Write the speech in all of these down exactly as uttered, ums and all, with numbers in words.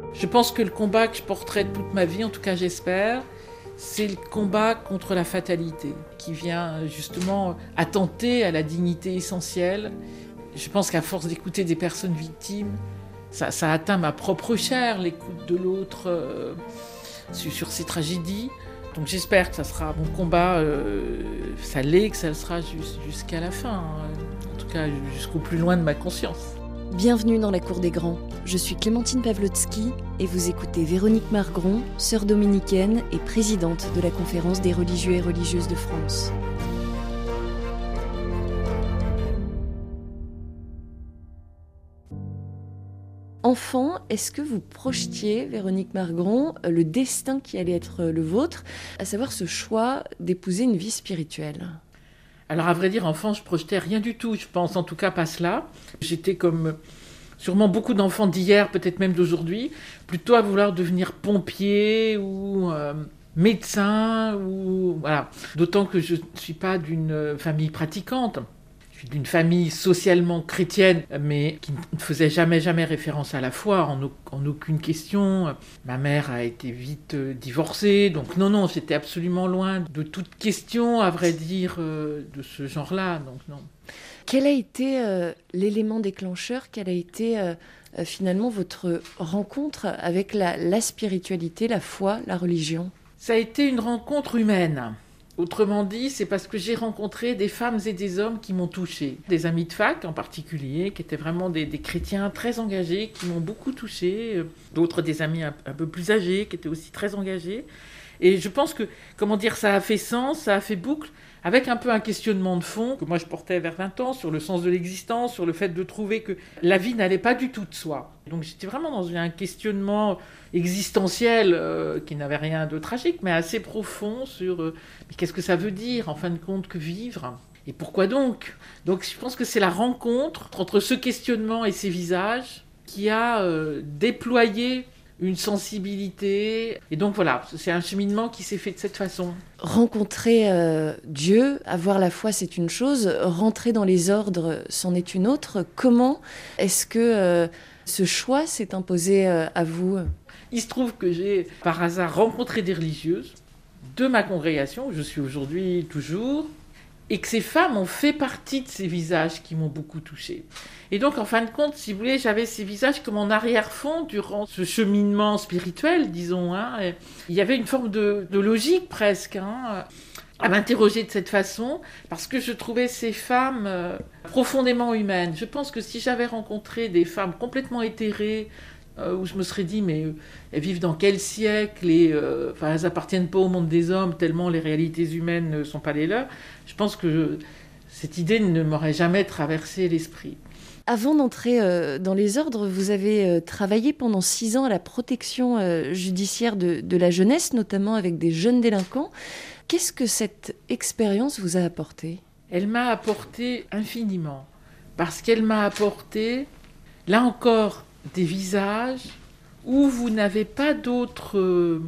Je pense que le combat que je porterai toute ma vie, en tout cas j'espère, c'est le combat contre la fatalité, qui vient justement attenter à la dignité essentielle. Je pense qu'à force d'écouter des personnes victimes, ça, ça atteint ma propre chair, l'écoute de l'autre euh, sur, sur ces tragédies. Donc j'espère que ça sera mon combat, euh, ça l'est, que ça le sera jus- jusqu'à la fin, hein. En tout cas jusqu'au plus loin de ma conscience. Bienvenue dans la Cour des Grands. Je suis Clémentine Pavlotsky et vous écoutez Véronique Margron, sœur dominicaine et présidente de la Conférence des religieux et religieuses de France. Enfant, est-ce que vous projetiez, Véronique Margron, le destin qui allait être le vôtre, à savoir ce choix d'épouser une vie spirituelle ? Alors à vrai dire, enfant, je projetais rien du tout, je pense, en tout cas pas cela. J'étais comme sûrement beaucoup d'enfants d'hier, peut-être même d'aujourd'hui, plutôt à vouloir devenir pompier ou euh, médecin, ou voilà. D'autant que je ne suis pas d'une famille pratiquante. Je suis d'une famille socialement chrétienne, mais qui ne faisait jamais, jamais référence à la foi, en, au- en aucune question. Ma mère a été vite euh, divorcée, donc non, non, j'étais absolument loin de toute question, à vrai dire, euh, de ce genre-là, donc non. Quel a été euh, l'élément déclencheur ? Quelle a été euh, euh, finalement votre rencontre avec la, la spiritualité, la foi, la religion ? Ça a été une rencontre humaine. Autrement dit, c'est parce que j'ai rencontré des femmes et des hommes qui m'ont touchée. Des amis de fac en particulier, qui étaient vraiment des, des chrétiens très engagés, qui m'ont beaucoup touchée. D'autres, des amis un, un peu plus âgés, qui étaient aussi très engagés. Et je pense que, comment dire, ça a fait sens, ça a fait boucle, avec un peu un questionnement de fond que moi je portais vers vingt ans, sur le sens de l'existence, sur le fait de trouver que la vie n'allait pas du tout de soi. Donc j'étais vraiment dans un questionnement existentiel euh, qui n'avait rien de tragique, mais assez profond sur euh, mais qu'est-ce que ça veut dire en fin de compte que vivre ? Et pourquoi donc ? Donc je pense que c'est la rencontre entre ce questionnement et ces visages qui a euh, déployé une sensibilité. Et donc voilà, c'est un cheminement qui s'est fait de cette façon. Rencontrer euh, Dieu, avoir la foi, c'est une chose. Rentrer dans les ordres, c'en est une autre. Comment est-ce que euh, ce choix s'est imposé euh, à vous ? Il se trouve que j'ai, par hasard, rencontré des religieuses de ma congrégation, où je suis aujourd'hui toujours, et que ces femmes ont fait partie de ces visages qui m'ont beaucoup touchée. Et donc, en fin de compte, si vous voulez, j'avais ces visages comme en arrière-fond durant ce cheminement spirituel, disons. Hein, et il y avait une forme de, de logique presque, hein, à m'interroger de cette façon, parce que je trouvais ces femmes euh, profondément humaines. Je pense que si j'avais rencontré des femmes complètement éthérées, euh, où je me serais dit, mais euh, elles vivent dans quel siècle et euh, enfin, elles appartiennent pas au monde des hommes, tellement les réalités humaines ne sont pas les leurs, je pense que je, cette idée ne m'aurait jamais traversé l'esprit. Avant d'entrer euh, dans les ordres, vous avez euh, travaillé pendant six ans à la protection euh, judiciaire de, de la jeunesse, notamment avec des jeunes délinquants. Qu'est-ce que cette expérience vous a apporté ? Elle m'a apporté infiniment, parce qu'elle m'a apporté, là encore, des visages où vous n'avez pas d'autre euh,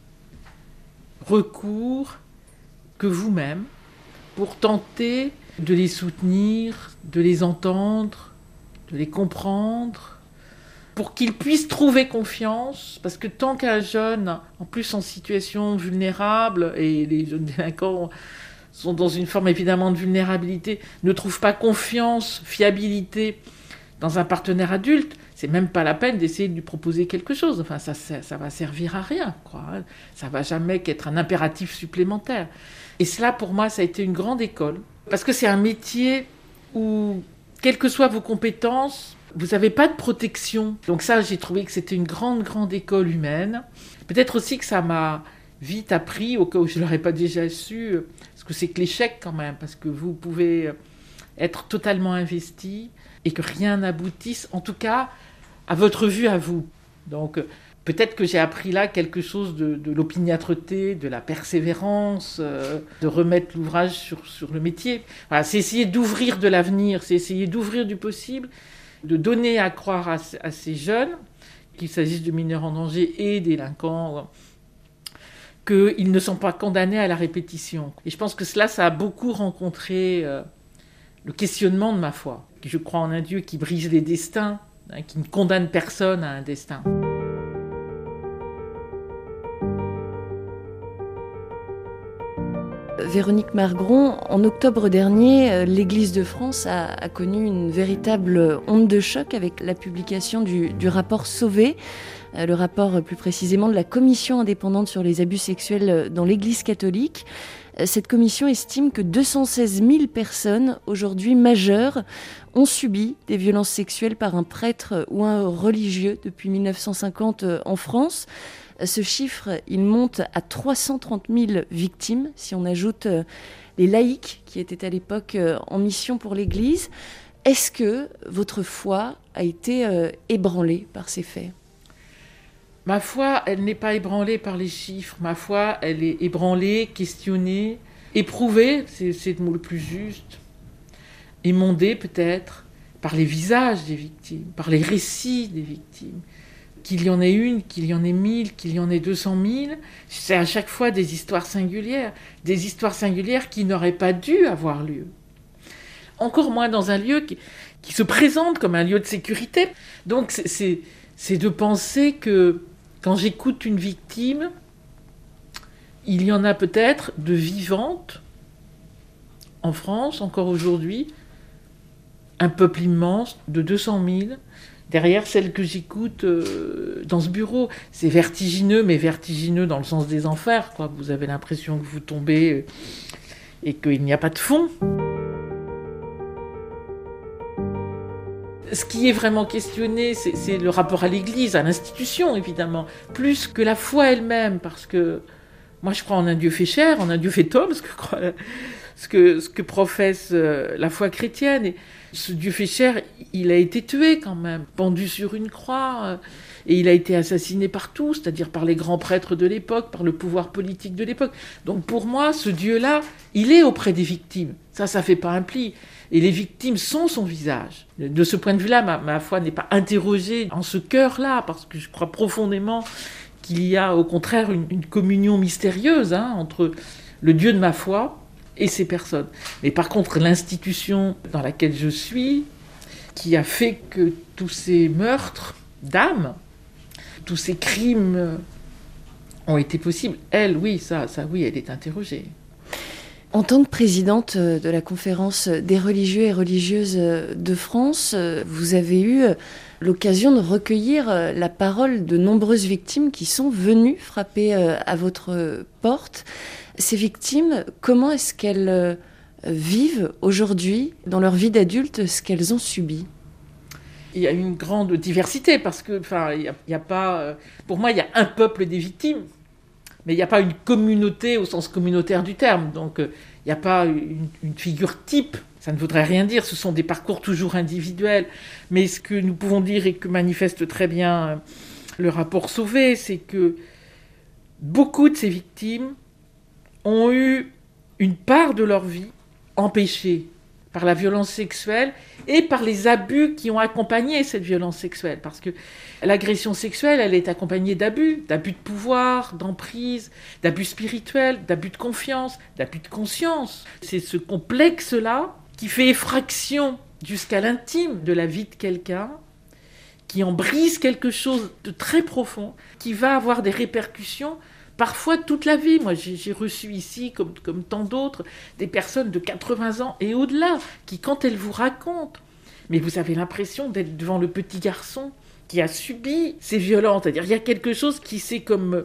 recours que vous-même pour tenter de les soutenir, de les entendre, de les comprendre, pour qu'ils puissent trouver confiance, parce que tant qu'un jeune, en plus en situation vulnérable, et les jeunes délinquants sont dans une forme évidemment de vulnérabilité, ne trouve pas confiance, fiabilité dans un partenaire adulte, c'est même pas la peine d'essayer de lui proposer quelque chose. Enfin, ça, ça, ça va servir à rien, quoi. Ça va jamais qu'être un impératif supplémentaire. Et cela, pour moi, ça a été une grande école, parce que c'est un métier où, quelles que soient vos compétences, vous n'avez pas de protection. Donc ça, j'ai trouvé que c'était une grande, grande école humaine. Peut-être aussi que ça m'a vite appris, au cas où je ne l'aurais pas déjà su, ce que c'est que l'échec quand même, parce que vous pouvez être totalement investi et que rien n'aboutisse, en tout cas, à votre vue, à vous. Donc peut-être que j'ai appris là quelque chose de, de l'opiniâtreté, de la persévérance, euh, de remettre l'ouvrage sur, sur le métier. Voilà, c'est essayer d'ouvrir de l'avenir, c'est essayer d'ouvrir du possible, de donner à croire à, à ces jeunes, qu'il s'agisse de mineurs en danger et délinquants, qu'ils ne sont pas condamnés à la répétition. Et je pense que cela, ça a beaucoup rencontré euh, le questionnement de ma foi. Je crois en un Dieu qui brise les destins, hein, qui ne condamne personne à un destin. Véronique Margron, en octobre dernier, l'Église de France a, a connu une véritable onde de choc avec la publication du, du rapport Sauvé, le rapport plus précisément de la Commission indépendante sur les abus sexuels dans l'Église catholique. Cette commission estime que deux cent seize mille personnes, aujourd'hui majeures, ont subi des violences sexuelles par un prêtre ou un religieux depuis mille neuf cent cinquante en France. Ce chiffre, il monte à trois cent trente mille victimes, si on ajoute les laïcs qui étaient à l'époque en mission pour l'Église. Est-ce que votre foi a été ébranlée par ces faits ? Ma foi, elle n'est pas ébranlée par les chiffres. Ma foi, elle est ébranlée, questionnée, éprouvée, c'est, c'est le mot le plus juste, émondée peut-être, par les visages des victimes, par les récits des victimes. Qu'il y en ait une, qu'il y en ait mille, qu'il y en ait deux cent mille, c'est à chaque fois des histoires singulières, des histoires singulières qui n'auraient pas dû avoir lieu. Encore moins dans un lieu qui, qui se présente comme un lieu de sécurité. Donc c'est, c'est, c'est de penser que quand j'écoute une victime, il y en a peut-être de vivantes en France, encore aujourd'hui, un peuple immense de deux cent mille, derrière celle que j'écoute euh, dans ce bureau. C'est vertigineux, mais vertigineux dans le sens des enfers, quoi. Vous avez l'impression que vous tombez euh, et qu'il n'y a pas de fond. Ce qui est vraiment questionné, c'est, c'est le rapport à l'Église, à l'institution, évidemment, plus que la foi elle-même, parce que moi, je crois en un Dieu fait chair, en un Dieu fait homme, ce que, ce que, ce que professe euh, la foi chrétienne. Et ce Dieu fait chair, il a été tué quand même, pendu sur une croix, euh, et il a été assassiné par tous, c'est-à-dire par les grands prêtres de l'époque, par le pouvoir politique de l'époque. Donc pour moi, ce Dieu-là, il est auprès des victimes. Ça, ça fait pas un pli. Et les victimes sont son visage. De ce point de vue-là, ma, ma foi n'est pas interrogée en ce cœur-là, parce que je crois profondément qu'il y a au contraire une, une communion mystérieuse hein, entre le Dieu de ma foi et ces personnes. Mais par contre, l'institution dans laquelle je suis, qui a fait que tous ces meurtres d'âme, tous ces crimes ont été possibles, elle, oui, ça, ça, oui, elle est interrogée. En tant que présidente de la conférence des religieux et religieuses de France, vous avez eu l'occasion de recueillir la parole de nombreuses victimes qui sont venues frapper à votre porte. Ces victimes, comment est-ce qu'elles vivent aujourd'hui, dans leur vie d'adulte, ce qu'elles ont subi ? Il y a une grande diversité, parce que, enfin, il y a, il y a pas... Pour moi, il y a un peuple des victimes. Mais il n'y a pas une communauté au sens communautaire du terme. Donc, il n'y a pas une, une figure type. Ça ne voudrait rien dire. Ce sont des parcours toujours individuels. Mais ce que nous pouvons dire et que manifeste très bien le rapport Sauvé, c'est que beaucoup de ces victimes ont eu une part de leur vie empêchée par la violence sexuelle et par les abus qui ont accompagné cette violence sexuelle. Parce que l'agression sexuelle, elle est accompagnée d'abus, d'abus de pouvoir, d'emprise, d'abus spirituels, d'abus de confiance, d'abus de conscience. C'est ce complexe-là qui fait effraction jusqu'à l'intime de la vie de quelqu'un, qui en brise quelque chose de très profond, qui va avoir des répercussions parfois toute la vie. Moi, j'ai, j'ai reçu ici, comme, comme tant d'autres, des personnes de quatre-vingts ans et au-delà, qui, quand elles vous racontent, mais vous avez l'impression d'être devant le petit garçon qui a subi ces violences. C'est-à-dire, il y a quelque chose qui s'est comme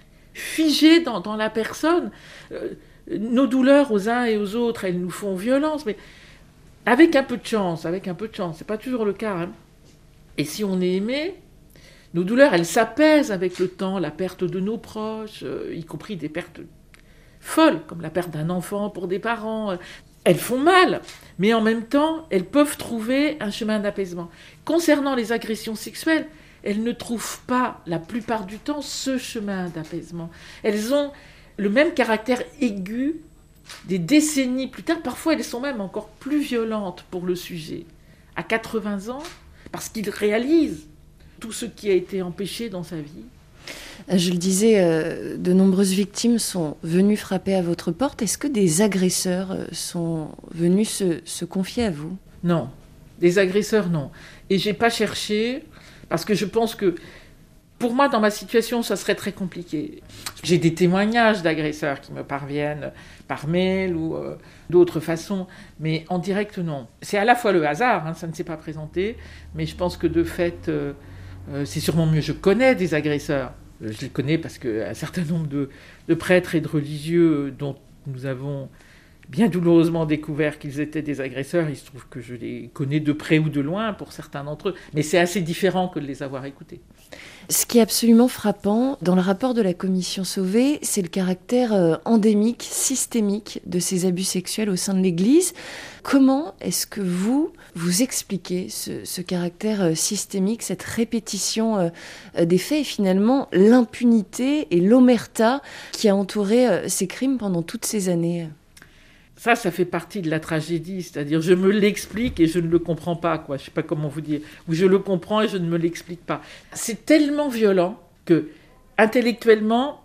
figé dans, dans la personne. Euh, nos douleurs aux uns et aux autres, elles nous font violence, mais avec un peu de chance, avec un peu de chance, c'est pas toujours le cas. Hein. Et si on est aimé, nos douleurs, elles s'apaisent avec le temps, la perte de nos proches, euh, y compris des pertes folles, comme la perte d'un enfant pour des parents. Euh, elles font mal, mais en même temps, elles peuvent trouver un chemin d'apaisement. Concernant les agressions sexuelles, elles ne trouvent pas, la plupart du temps, ce chemin d'apaisement. Elles ont le même caractère aigu des décennies plus tard. Parfois, elles sont même encore plus violentes pour le sujet. À quatre-vingts ans, parce qu'ils réalisent tout ce qui a été empêché dans sa vie. Je le disais, de nombreuses victimes sont venues frapper à votre porte. Est-ce que des agresseurs sont venus se, se confier à vous ? Non, des agresseurs, non. Et je n'ai pas cherché, parce que je pense que Pour moi, dans ma situation, ça serait très compliqué. J'ai des témoignages d'agresseurs qui me parviennent par mail ou euh, d'autres façons, mais en direct, non. C'est à la fois le hasard, hein, ça ne s'est pas présenté, mais je pense que de fait, euh, euh, c'est sûrement mieux. Je connais des agresseurs. Je les connais parce qu'un certain nombre de, de prêtres et de religieux dont nous avons bien douloureusement découvert qu'ils étaient des agresseurs, il se trouve que je les connais de près ou de loin pour certains d'entre eux, mais c'est assez différent que de les avoir écoutés. Ce qui est absolument frappant dans le rapport de la commission Sauvé, c'est le caractère euh, endémique, systémique de ces abus sexuels au sein de l'Église. Comment est-ce que vous, vous expliquez ce, ce caractère euh, systémique, cette répétition euh, des faits et finalement l'impunité et l'omerta qui a entouré euh, ces crimes pendant toutes ces années ? Ça, ça fait partie de la tragédie, c'est-à-dire je me l'explique et je ne le comprends pas, quoi. Je ne sais pas comment vous dire. Ou je le comprends et je ne me l'explique pas. C'est tellement violent que, intellectuellement,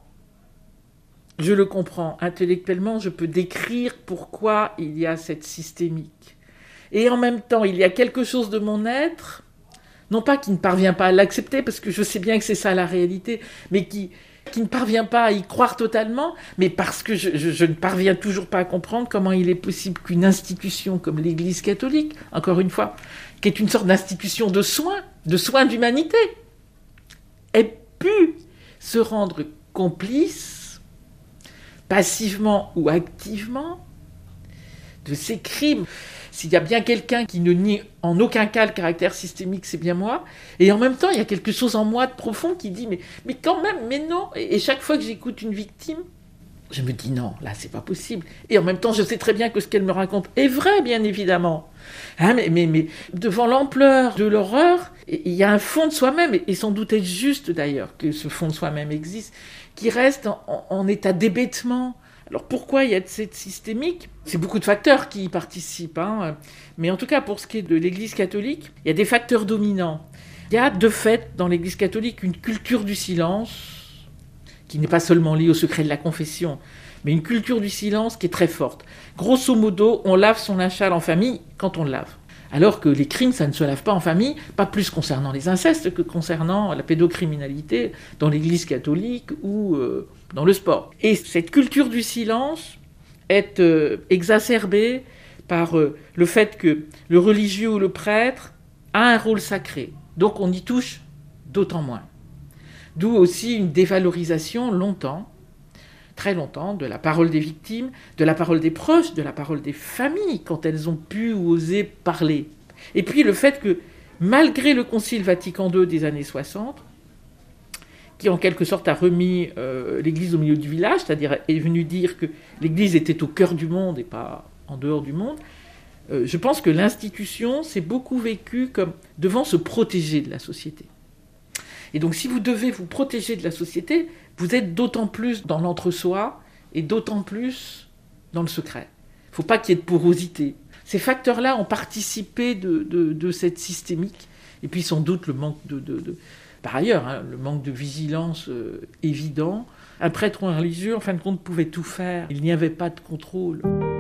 je le comprends. Intellectuellement, je peux décrire pourquoi il y a cette systémique. Et en même temps, il y a quelque chose de mon être, non pas qui ne parvient pas à l'accepter, parce que je sais bien que c'est ça la réalité, mais qui... qui ne parvient pas à y croire totalement, mais parce que je, je, je ne parviens toujours pas à comprendre comment il est possible qu'une institution comme l'Église catholique, encore une fois, qui est une sorte d'institution de soins, de soins d'humanité, ait pu se rendre complice, passivement ou activement, de ces crimes. S'il y a bien quelqu'un qui ne nie en aucun cas le caractère systémique, c'est bien moi. Et en même temps, il y a quelque chose en moi de profond qui dit, mais, mais quand même, mais non. Et, et chaque fois que j'écoute une victime, je me dis non, là, c'est pas possible. Et en même temps, je sais très bien que ce qu'elle me raconte est vrai, bien évidemment. Hein, mais, mais, mais devant l'ampleur de l'horreur, il y a un fond de soi-même, et, et sans doute est juste d'ailleurs que ce fond de soi-même existe, qui reste en, en, en état d'hébétement. Alors pourquoi il y a cette systémique ? C'est beaucoup de facteurs qui y participent, hein. Mais en tout cas pour ce qui est de l'Église catholique, il y a des facteurs dominants. Il y a de fait dans l'Église catholique une culture du silence, qui n'est pas seulement liée au secret de la confession, mais une culture du silence qui est très forte. Grosso modo, on lave son linge sale en famille quand on le lave. Alors que les crimes, ça ne se lave pas en famille, pas plus concernant les incestes que concernant la pédocriminalité dans l'Église catholique ou euh, dans le sport. Et cette culture du silence est euh, exacerbée par euh, le fait que le religieux ou le prêtre a un rôle sacré. Donc on y touche d'autant moins. D'où aussi une dévalorisation longtemps, très longtemps, de la parole des victimes, de la parole des proches, de la parole des familles, quand elles ont pu ou osé parler. Et puis le fait que, malgré le Concile Vatican deux des années soixante, qui en quelque sorte a remis euh, l'Église au milieu du village, c'est-à-dire est venu dire que l'Église était au cœur du monde et pas en dehors du monde, euh, je pense que l'institution s'est beaucoup vécue comme devant se protéger de la société. Et donc si vous devez vous protéger de la société, vous êtes d'autant plus dans l'entre-soi et d'autant plus dans le secret. Il ne faut pas qu'il y ait de porosité. Ces facteurs-là ont participé de, de, de cette systémique. Et puis sans doute le manque de... de, de par ailleurs, hein, le manque de vigilance euh, évident. Un prêtre ou un religieux, en fin de compte, pouvait tout faire. Il n'y avait pas de contrôle.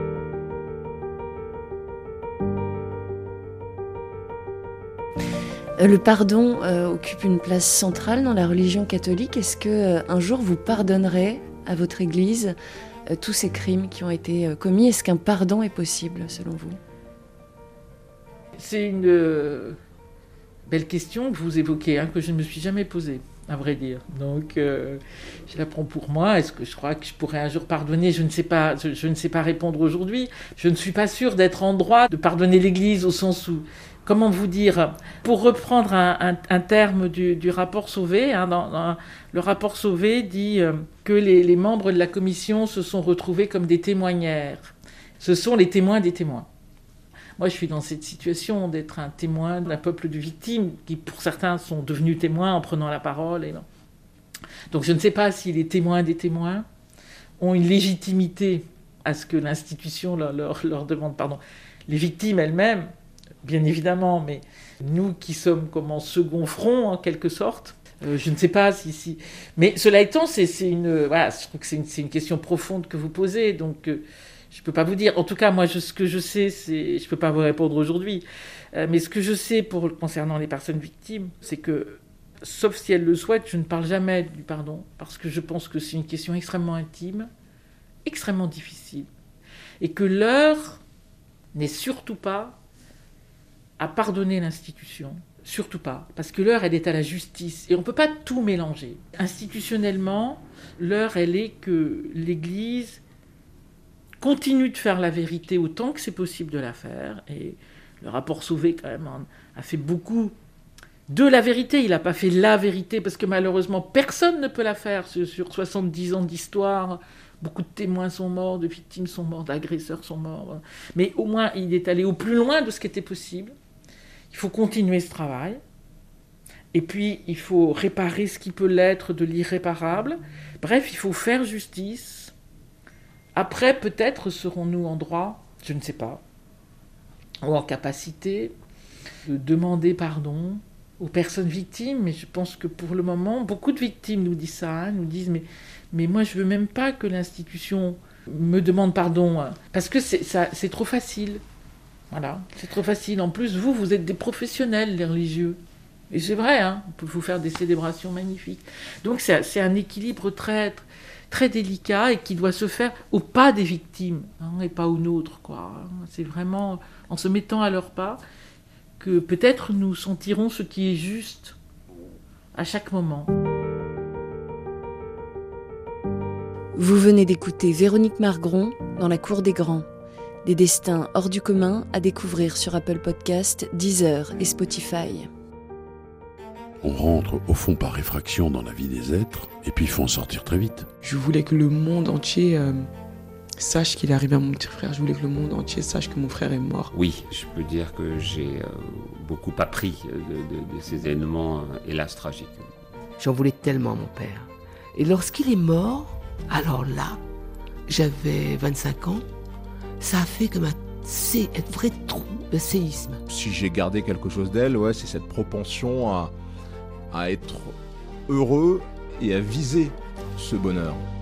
Le pardon euh, occupe une place centrale dans la religion catholique. Est-ce que euh, un jour vous pardonnerez à votre Église euh, tous ces crimes qui ont été euh, commis ? Est-ce qu'un pardon est possible, selon vous ? C'est une euh, belle question que vous évoquez, hein, que je ne me suis jamais posée, à vrai dire. Donc, euh, je la prends pour moi. Est-ce que je crois que je pourrais un jour pardonner ? Je ne sais pas. Je, je ne sais pas répondre aujourd'hui. Je ne suis pas sûre d'être en droit de pardonner l'Église au sens où... Comment vous dire, pour reprendre un, un, un terme du, du rapport Sauvé, hein, dans, dans, le rapport Sauvé dit euh, que les, les membres de la commission se sont retrouvés comme des témoignaires. Ce sont les témoins des témoins. Moi, je suis dans cette situation d'être un témoin d'un peuple de victimes qui, pour certains, sont devenus témoins en prenant la parole. Et... Donc, je ne sais pas si les témoins des témoins ont une légitimité à ce que l'institution leur, leur, leur demande pardon. Les victimes elles-mêmes, bien évidemment, mais nous qui sommes comme en second front, en quelque sorte, euh, je ne sais pas si... si... Mais cela étant, c'est, c'est une... Voilà, je trouve que c'est une, c'est une question profonde que vous posez, donc euh, je ne peux pas vous dire. En tout cas, moi, je, ce que je sais, c'est... Je ne peux pas vous répondre aujourd'hui, euh, mais ce que je sais pour, concernant les personnes victimes, c'est que sauf si elle le souhaite, je ne parle jamais du pardon, parce que je pense que c'est une question extrêmement intime, extrêmement difficile, et que l'heure n'est surtout pas à pardonner l'institution, surtout pas, parce que l'heure, elle est à la justice, et on ne peut pas tout mélanger. Institutionnellement, l'heure, elle est que l'Église continue de faire la vérité autant que c'est possible de la faire, et le rapport Sauvé, quand même, a fait beaucoup de la vérité. Il n'a pas fait la vérité, parce que malheureusement, personne ne peut la faire sur soixante-dix ans d'histoire. Beaucoup de témoins sont morts, de victimes sont mortes, d'agresseurs sont morts. Mais au moins, il est allé au plus loin de ce qui était possible. Il faut continuer ce travail. Et puis, il faut réparer ce qui peut l'être de l'irréparable. Bref, il faut faire justice. Après, peut-être serons-nous en droit, je ne sais pas, ou en capacité de demander pardon aux personnes victimes. Mais je pense que pour le moment, beaucoup de victimes nous disent ça, hein, nous disent mais, mais moi je veux même pas que l'institution me demande pardon, hein, parce que c'est, ça, c'est trop facile. Voilà, c'est trop facile. En plus, vous, vous êtes des professionnels, les religieux. Et c'est vrai, hein, on peut vous faire des célébrations magnifiques. Donc c'est, c'est un équilibre très, très délicat et qui doit se faire au pas des victimes, hein, et pas au nôtre, quoi. C'est vraiment en se mettant à leur pas que peut-être nous sentirons ce qui est juste à chaque moment. Vous venez d'écouter Véronique Margron dans La Cour des Grands. Des destins hors du commun à découvrir sur Apple Podcast, Deezer et Spotify. On rentre au fond par réfraction dans la vie des êtres et puis il faut en sortir très vite. Je voulais que le monde entier euh, sache qu'il est arrivé à mon petit frère. Je voulais que le monde entier sache que mon frère est mort. Oui, je peux dire que j'ai euh, beaucoup appris de, de, de ces événements, euh, hélas, tragiques. J'en voulais tellement à mon père. Et lorsqu'il est mort, alors là, j'avais vingt-cinq ans, ça a fait comme un, c'est un vrai trou, un séisme. Si j'ai gardé quelque chose d'elle, ouais, c'est cette propension à, à être heureux et à viser ce bonheur.